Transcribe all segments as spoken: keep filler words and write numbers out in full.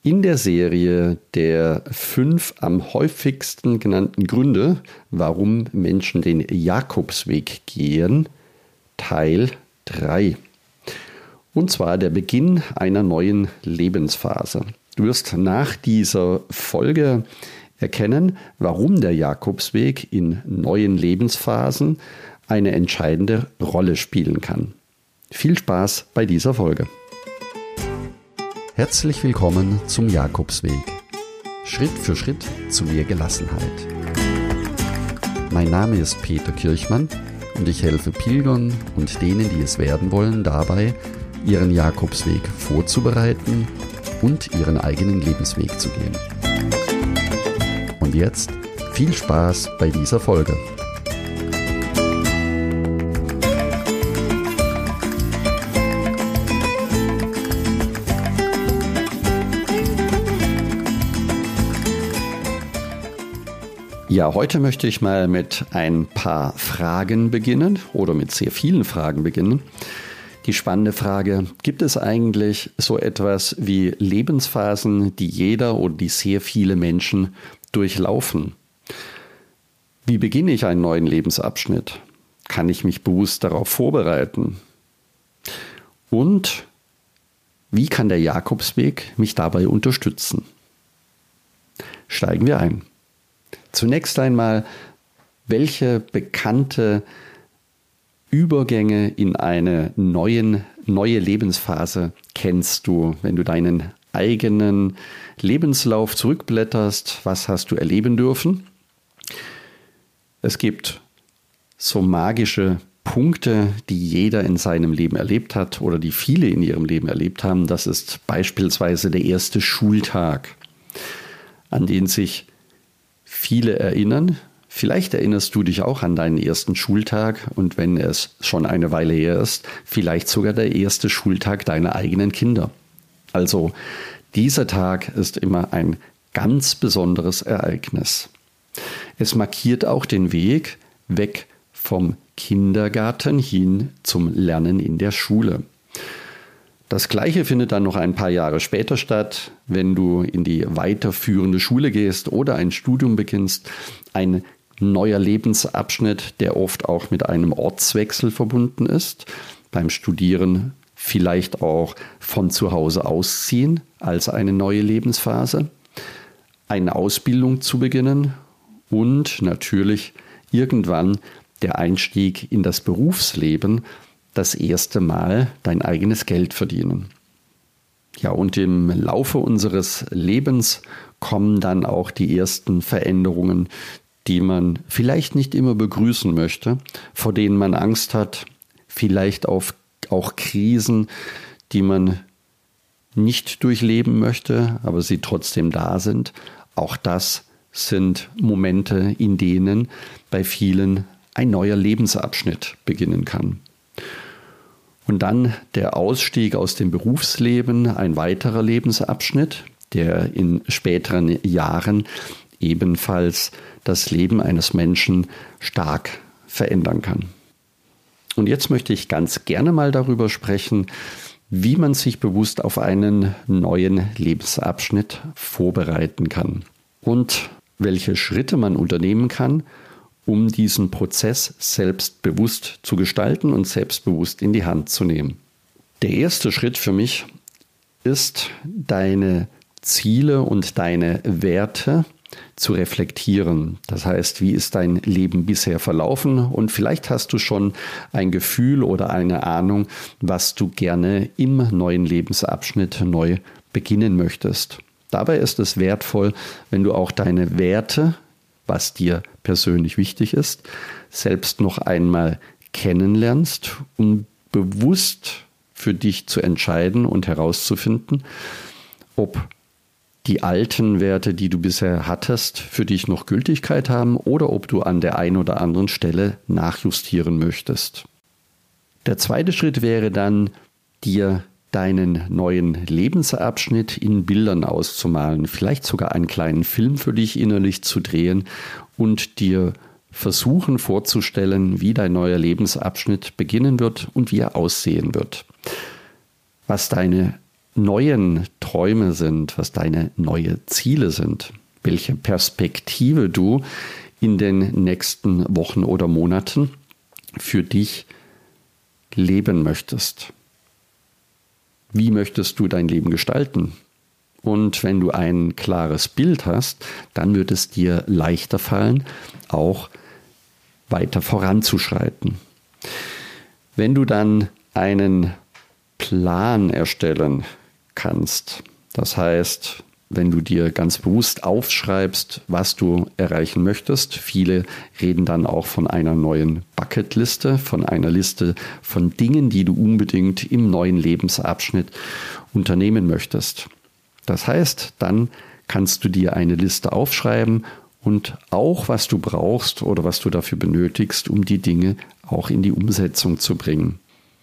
In der Serie der fünf am häufigsten genannten Gründe, warum Menschen den Jakobsweg gehen, Teil drei. Und zwar der Beginn einer neuen Lebensphase. Du wirst nach dieser Folge erkennen, warum der Jakobsweg in neuen Lebensphasen eine entscheidende Rolle spielen kann. Viel Spaß bei dieser Folge. Herzlich willkommen zum Jakobsweg. Schritt für Schritt zu mehr Gelassenheit. Mein Name ist Peter Kirchmann und ich helfe Pilgern und denen, die es werden wollen, dabei, ihren Jakobsweg vorzubereiten und ihren eigenen Lebensweg zu gehen. Und jetzt viel Spaß bei dieser Folge. Ja, heute möchte ich mal mit ein paar Fragen beginnen oder mit sehr vielen Fragen beginnen. Die spannende Frage, gibt es eigentlich so etwas wie Lebensphasen, die jeder oder die sehr viele Menschen durchlaufen? Wie beginne ich einen neuen Lebensabschnitt? Kann ich mich bewusst darauf vorbereiten? Und wie kann der Jakobsweg mich dabei unterstützen? Steigen wir ein. Zunächst einmal, welche bekannte Übergänge in eine neuen, neue Lebensphase kennst du, wenn du deinen eigenen Lebenslauf zurückblätterst? Was hast du erleben dürfen? Es gibt so magische Punkte, die jeder in seinem Leben erlebt hat oder die viele in ihrem Leben erlebt haben. Das ist beispielsweise der erste Schultag, an den sich viele erinnern. Vielleicht erinnerst du dich auch an deinen ersten Schultag und wenn es schon eine Weile her ist, vielleicht sogar der erste Schultag deiner eigenen Kinder. Also dieser Tag ist immer ein ganz besonderes Ereignis. Es markiert auch den Weg weg vom Kindergarten hin zum Lernen in der Schule. Das Gleiche findet dann noch ein paar Jahre später statt, wenn du in die weiterführende Schule gehst oder ein Studium beginnst. Ein neuer Lebensabschnitt, der oft auch mit einem Ortswechsel verbunden ist. Beim Studieren vielleicht auch von zu Hause ausziehen als eine neue Lebensphase. Eine Ausbildung zu beginnen und natürlich irgendwann der Einstieg in das Berufsleben, das erste Mal dein eigenes Geld verdienen. Ja, und im Laufe unseres Lebens kommen dann auch die ersten Veränderungen, die man vielleicht nicht immer begrüßen möchte, vor denen man Angst hat, vielleicht auf, auch Krisen, die man nicht durchleben möchte, aber sie trotzdem da sind. Auch das sind Momente, in denen bei vielen ein neuer Lebensabschnitt beginnen kann. Und dann der Ausstieg aus dem Berufsleben, ein weiterer Lebensabschnitt, der in späteren Jahren ebenfalls das Leben eines Menschen stark verändern kann. Und jetzt möchte ich ganz gerne mal darüber sprechen, wie man sich bewusst auf einen neuen Lebensabschnitt vorbereiten kann und welche Schritte man unternehmen kann, um diesen Prozess selbstbewusst zu gestalten und selbstbewusst in die Hand zu nehmen. Der erste Schritt für mich ist, deine Ziele und deine Werte zu reflektieren. Das heißt, wie ist dein Leben bisher verlaufen? Und vielleicht hast du schon ein Gefühl oder eine Ahnung, was du gerne im neuen Lebensabschnitt neu beginnen möchtest. Dabei ist es wertvoll, wenn du auch deine Werte, was dir persönlich wichtig ist, selbst noch einmal kennenlernst, um bewusst für dich zu entscheiden und herauszufinden, ob die alten Werte, die du bisher hattest, für dich noch Gültigkeit haben oder ob du an der einen oder anderen Stelle nachjustieren möchtest. Der zweite Schritt wäre dann, dir deinen neuen Lebensabschnitt in Bildern auszumalen, vielleicht sogar einen kleinen Film für dich innerlich zu drehen und dir versuchen vorzustellen, wie dein neuer Lebensabschnitt beginnen wird und wie er aussehen wird. Was deine neuen Träume sind, was deine neuen Ziele sind, welche Perspektive du in den nächsten Wochen oder Monaten für dich leben möchtest. Wie möchtest du dein Leben gestalten? Und wenn du ein klares Bild hast, dann wird es dir leichter fallen, auch weiter voranzuschreiten. Wenn du dann einen Plan erstellen kannst, das heißt, wenn du dir ganz bewusst aufschreibst, was du erreichen möchtest. Viele reden dann auch von einer neuen Bucketliste, von einer Liste von Dingen, die du unbedingt im neuen Lebensabschnitt unternehmen möchtest. Das heißt, dann kannst du dir eine Liste aufschreiben und auch, was du brauchst oder was du dafür benötigst, um die Dinge auch in die Umsetzung zu bringen.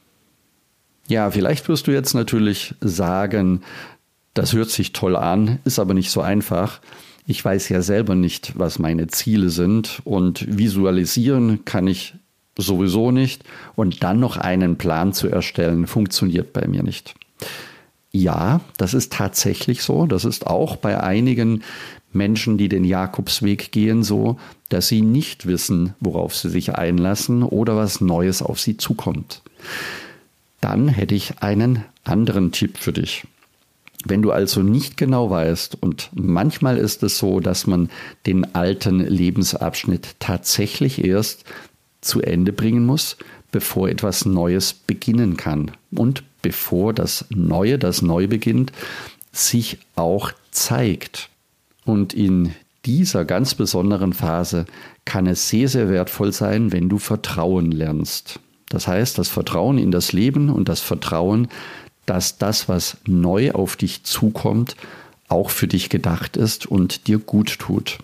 Ja, vielleicht wirst du jetzt natürlich sagen, das hört sich toll an, ist aber nicht so einfach. Ich weiß ja selber nicht, was meine Ziele sind und visualisieren kann ich sowieso nicht und dann noch einen Plan zu erstellen, funktioniert bei mir nicht. Ja, das ist tatsächlich so. Das ist auch bei einigen Menschen, die den Jakobsweg gehen, so, dass sie nicht wissen, worauf sie sich einlassen oder was Neues auf sie zukommt. Dann hätte ich einen anderen Tipp für dich. Wenn du also nicht genau weißt, und manchmal ist es so, dass man den alten Lebensabschnitt tatsächlich erst zu Ende bringen muss, bevor etwas Neues beginnen kann und bevor das Neue, das neu beginnt, sich auch zeigt. Und in dieser ganz besonderen Phase kann es sehr, sehr wertvoll sein, wenn du Vertrauen lernst. Das heißt, das Vertrauen in das Leben und das Vertrauen, dass das, was neu auf dich zukommt, auch für dich gedacht ist und dir gut tut.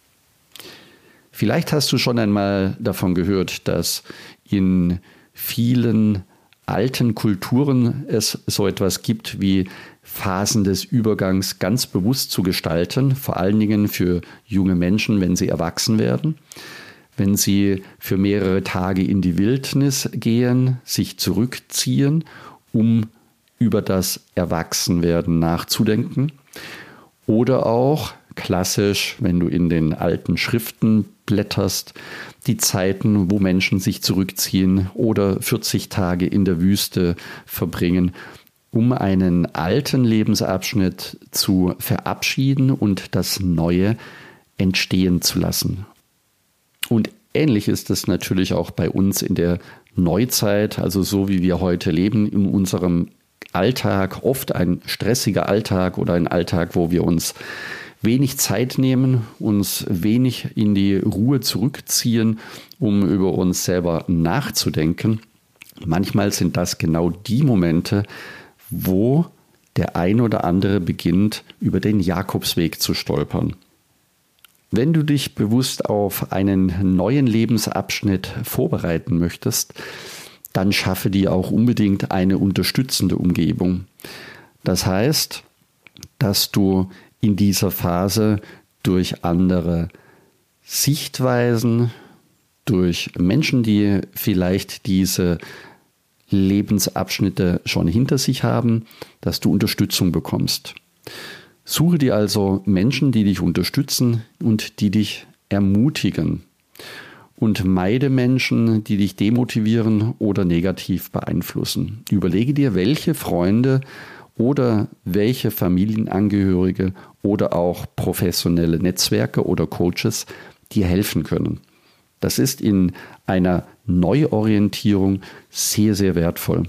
Vielleicht hast du schon einmal davon gehört, dass in vielen alten Kulturen es so etwas gibt wie Phasen des Übergangs ganz bewusst zu gestalten, vor allen Dingen für junge Menschen, wenn sie erwachsen werden, wenn sie für mehrere Tage in die Wildnis gehen, sich zurückziehen, um über das Erwachsenwerden nachzudenken. Oder auch klassisch, wenn du in den alten Schriften blätterst, die Zeiten, wo Menschen sich zurückziehen oder vierzig Tage in der Wüste verbringen, um einen alten Lebensabschnitt zu verabschieden und das Neue entstehen zu lassen. Und ähnlich ist es natürlich auch bei uns in der Neuzeit, also so wie wir heute leben, in unserem Alltag, oft ein stressiger Alltag oder ein Alltag, wo wir uns wenig Zeit nehmen, uns wenig in die Ruhe zurückziehen, um über uns selber nachzudenken. Manchmal sind das genau die Momente, wo der ein oder andere beginnt, über den Jakobsweg zu stolpern. Wenn du dich bewusst auf einen neuen Lebensabschnitt vorbereiten möchtest, dann schaffe dir auch unbedingt eine unterstützende Umgebung. Das heißt, dass du in dieser Phase durch andere Sichtweisen, durch Menschen, die vielleicht diese Lebensabschnitte schon hinter sich haben, dass du Unterstützung bekommst. Suche dir also Menschen, die dich unterstützen und die dich ermutigen. Und meide Menschen, die dich demotivieren oder negativ beeinflussen. Überlege dir, welche Freunde oder welche Familienangehörige oder auch professionelle Netzwerke oder Coaches dir helfen können. Das ist in einer Neuorientierung sehr, sehr wertvoll.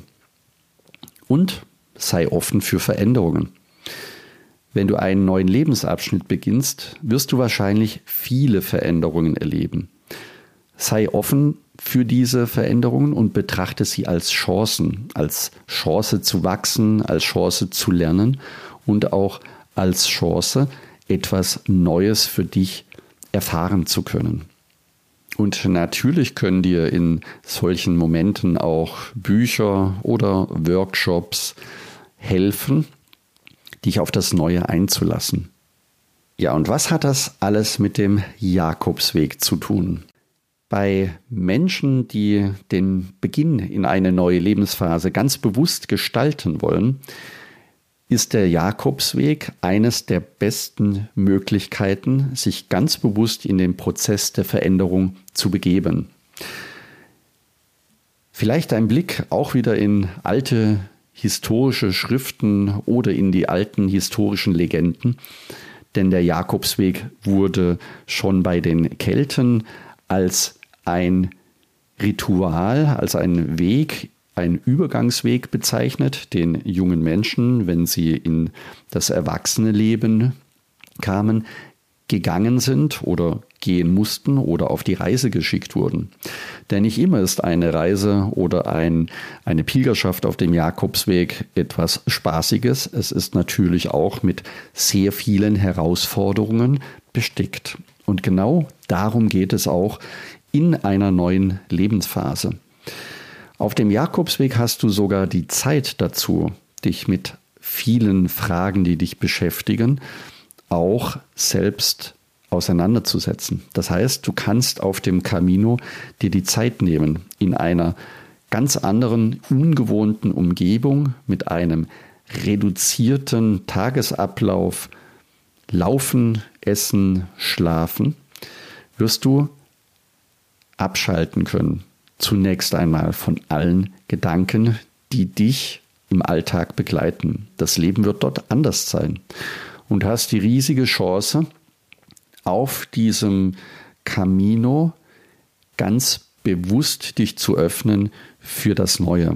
Und sei offen für Veränderungen. Wenn du einen neuen Lebensabschnitt beginnst, wirst du wahrscheinlich viele Veränderungen erleben. Sei offen für diese Veränderungen und betrachte sie als Chancen, als Chance zu wachsen, als Chance zu lernen und auch als Chance, etwas Neues für dich erfahren zu können. Und natürlich können dir in solchen Momenten auch Bücher oder Workshops helfen, dich auf das Neue einzulassen. Ja, und was hat das alles mit dem Jakobsweg zu tun? Bei Menschen, die den Beginn in eine neue Lebensphase ganz bewusst gestalten wollen, ist der Jakobsweg eines der besten Möglichkeiten, sich ganz bewusst in den Prozess der Veränderung zu begeben. Vielleicht ein Blick auch wieder in alte historische Schriften oder in die alten historischen Legenden, denn der Jakobsweg wurde schon bei den Kelten als ein Ritual, als ein Weg, ein Übergangsweg bezeichnet, den jungen Menschen, wenn sie in das Erwachsenenleben kamen, gegangen sind oder gehen mussten oder auf die Reise geschickt wurden. Denn nicht immer ist eine Reise oder ein, eine Pilgerschaft auf dem Jakobsweg etwas Spaßiges. Es ist natürlich auch mit sehr vielen Herausforderungen bestickt. Und genau darum geht es auch in einer neuen Lebensphase. Auf dem Jakobsweg hast du sogar die Zeit dazu, dich mit vielen Fragen, die dich beschäftigen, auch selbst auseinanderzusetzen. Das heißt, du kannst auf dem Camino dir die Zeit nehmen, in einer ganz anderen, ungewohnten Umgebung mit einem reduzierten Tagesablauf, laufen, essen, schlafen, wirst du abschalten können. Zunächst einmal von allen Gedanken, die dich im Alltag begleiten. Das Leben wird dort anders sein. Und hast die riesige Chance, auf diesem Camino ganz bewusst dich zu öffnen für das Neue.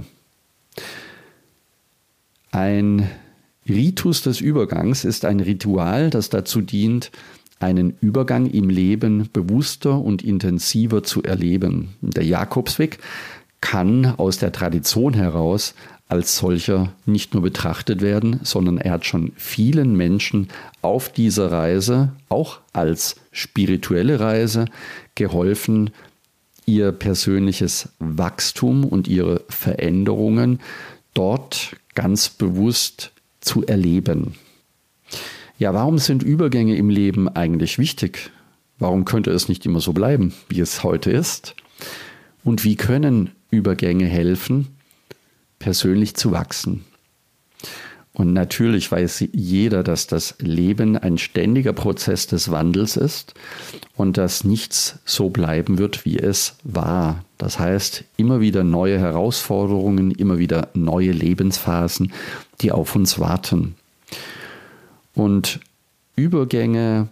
Ein Ritus des Übergangs ist ein Ritual, das dazu dient, einen Übergang im Leben bewusster und intensiver zu erleben. Der Jakobsweg kann aus der Tradition heraus als solcher nicht nur betrachtet werden, sondern er hat schon vielen Menschen auf dieser Reise, auch als spirituelle Reise, geholfen, ihr persönliches Wachstum und ihre Veränderungen dort ganz bewusst zu erleben. Ja, warum sind Übergänge im Leben eigentlich wichtig? Warum könnte es nicht immer so bleiben, wie es heute ist? Und wie können Übergänge helfen, persönlich zu wachsen? Und natürlich weiß jeder, dass das Leben ein ständiger Prozess des Wandels ist und dass nichts so bleiben wird, wie es war. Das heißt, immer wieder neue Herausforderungen, immer wieder neue Lebensphasen, die auf uns warten. Und Übergänge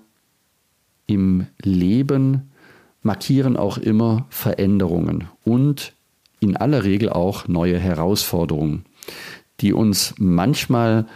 im Leben markieren auch immer Veränderungen und in aller Regel auch neue Herausforderungen, die uns manchmal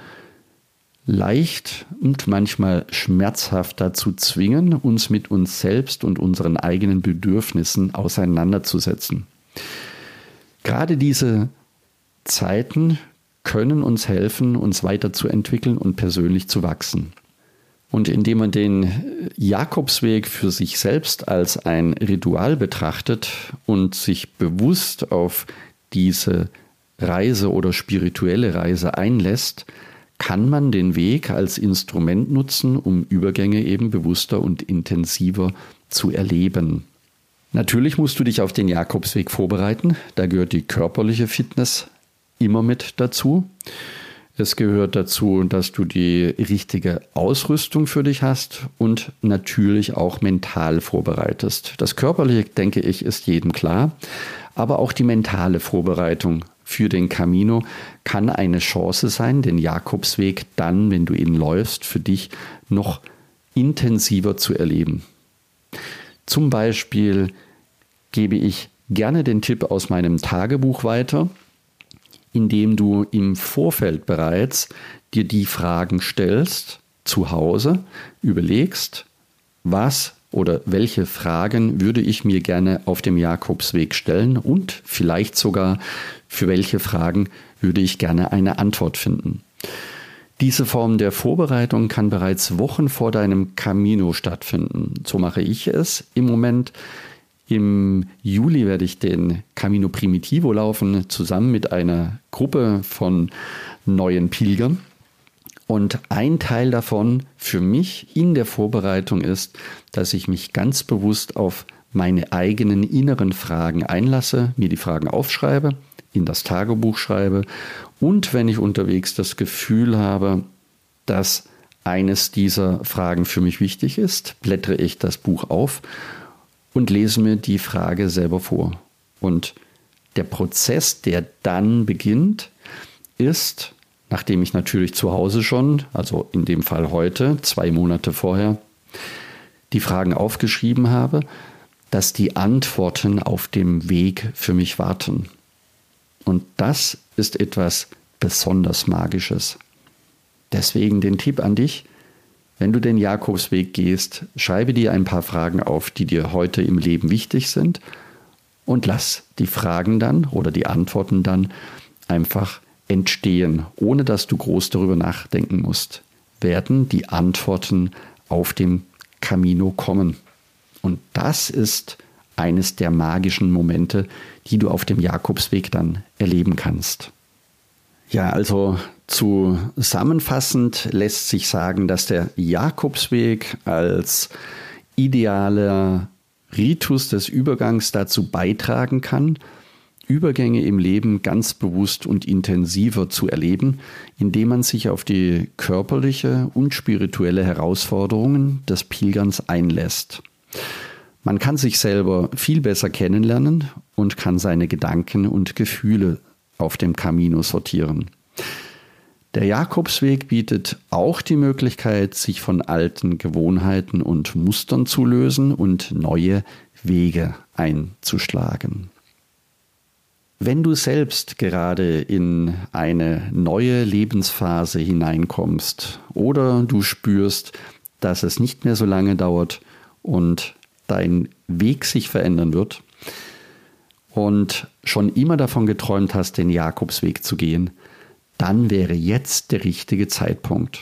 leicht und manchmal schmerzhaft dazu zwingen, uns mit uns selbst und unseren eigenen Bedürfnissen auseinanderzusetzen. Gerade diese Zeiten können uns helfen, uns weiterzuentwickeln und persönlich zu wachsen. Und indem man den Jakobsweg für sich selbst als ein Ritual betrachtet und sich bewusst auf diese Reise oder spirituelle Reise einlässt, kann man den Weg als Instrument nutzen, um Übergänge eben bewusster und intensiver zu erleben. Natürlich musst du dich auf den Jakobsweg vorbereiten. Da gehört die körperliche Fitness immer mit dazu. Es gehört dazu, dass du die richtige Ausrüstung für dich hast und natürlich auch mental vorbereitest. Das Körperliche, denke ich, ist jedem klar, aber auch die mentale Vorbereitung für den Camino kann eine Chance sein, den Jakobsweg dann, wenn du ihn läufst, für dich noch intensiver zu erleben. Zum Beispiel gebe ich gerne den Tipp aus meinem Tagebuch weiter, indem du im Vorfeld bereits dir die Fragen stellst, zu Hause, überlegst, was oder welche Fragen würde ich mir gerne auf dem Jakobsweg stellen und vielleicht sogar für welche Fragen würde ich gerne eine Antwort finden. Diese Form der Vorbereitung kann bereits Wochen vor deinem Camino stattfinden. So mache ich es im Moment. Im Juli werde ich den Camino Primitivo laufen, zusammen mit einer Gruppe von neuen Pilgern. Und ein Teil davon für mich in der Vorbereitung ist, dass ich mich ganz bewusst auf meine eigenen inneren Fragen einlasse, mir die Fragen aufschreibe, in das Tagebuch schreibe und wenn ich unterwegs das Gefühl habe, dass eines dieser Fragen für mich wichtig ist, blättere ich das Buch auf und lese mir die Frage selber vor. Und der Prozess, der dann beginnt, ist, nachdem ich natürlich zu Hause schon, also in dem Fall heute, zwei Monate vorher, die Fragen aufgeschrieben habe, dass die Antworten auf dem Weg für mich warten. Und das ist etwas besonders Magisches. Deswegen den Tipp an dich, wenn du den Jakobsweg gehst, schreibe dir ein paar Fragen auf, die dir heute im Leben wichtig sind und lass die Fragen dann oder die Antworten dann einfach entstehen, ohne dass du groß darüber nachdenken musst, werden die Antworten auf dem Camino kommen. Und das ist eines der magischen Momente, die du auf dem Jakobsweg dann erleben kannst. Ja, also zusammenfassend lässt sich sagen, dass der Jakobsweg als idealer Ritus des Übergangs dazu beitragen kann, Übergänge im Leben ganz bewusst und intensiver zu erleben, indem man sich auf die körperliche und spirituelle Herausforderungen des Pilgerns einlässt. Man kann sich selber viel besser kennenlernen und kann seine Gedanken und Gefühle auf dem Camino sortieren. Der Jakobsweg bietet auch die Möglichkeit, sich von alten Gewohnheiten und Mustern zu lösen und neue Wege einzuschlagen. Wenn du selbst gerade in eine neue Lebensphase hineinkommst oder du spürst, dass es nicht mehr so lange dauert und dein Weg sich verändern wird und schon immer davon geträumt hast, den Jakobsweg zu gehen, dann wäre jetzt der richtige Zeitpunkt.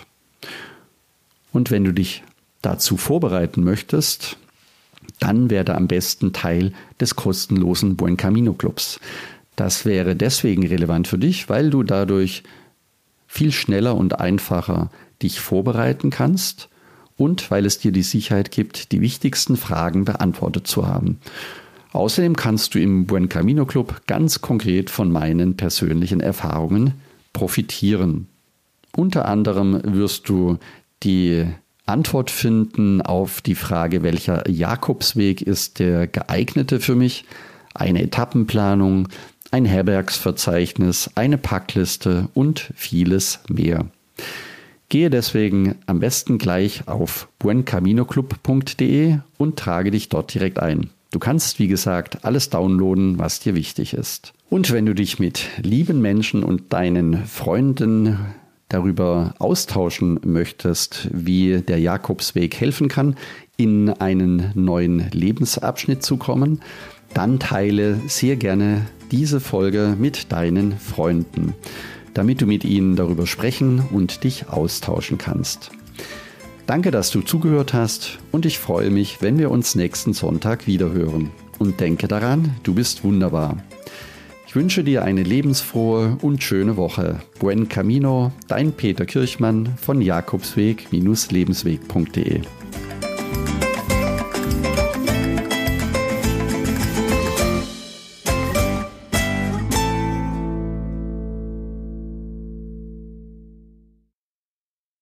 Und wenn du dich dazu vorbereiten möchtest, dann werde am besten Teil des kostenlosen Buen Camino Clubs. Das wäre deswegen relevant für dich, weil du dadurch viel schneller und einfacher dich vorbereiten kannst und weil es dir die Sicherheit gibt, die wichtigsten Fragen beantwortet zu haben. Außerdem kannst du im Buen Camino Club ganz konkret von meinen persönlichen Erfahrungen profitieren. Unter anderem wirst du die Antwort finden auf die Frage, welcher Jakobsweg ist der geeignete für mich, eine Etappenplanung, ein Herbergsverzeichnis, eine Packliste und vieles mehr. Gehe deswegen am besten gleich auf buen camino club punkt de und trage dich dort direkt ein. Du kannst, wie gesagt, alles downloaden, was dir wichtig ist. Und wenn du dich mit lieben Menschen und deinen Freunden darüber austauschen möchtest, wie der Jakobsweg helfen kann, in einen neuen Lebensabschnitt zu kommen, dann teile sehr gerne diese Folge mit deinen Freunden, damit du mit ihnen darüber sprechen und dich austauschen kannst. Danke, dass du zugehört hast und ich freue mich, wenn wir uns nächsten Sonntag wiederhören. Und denke daran, du bist wunderbar. Ich wünsche dir eine lebensfrohe und schöne Woche. Buen Camino, dein Peter Kirchmann von Jakobsweg Lebensweg punkt de.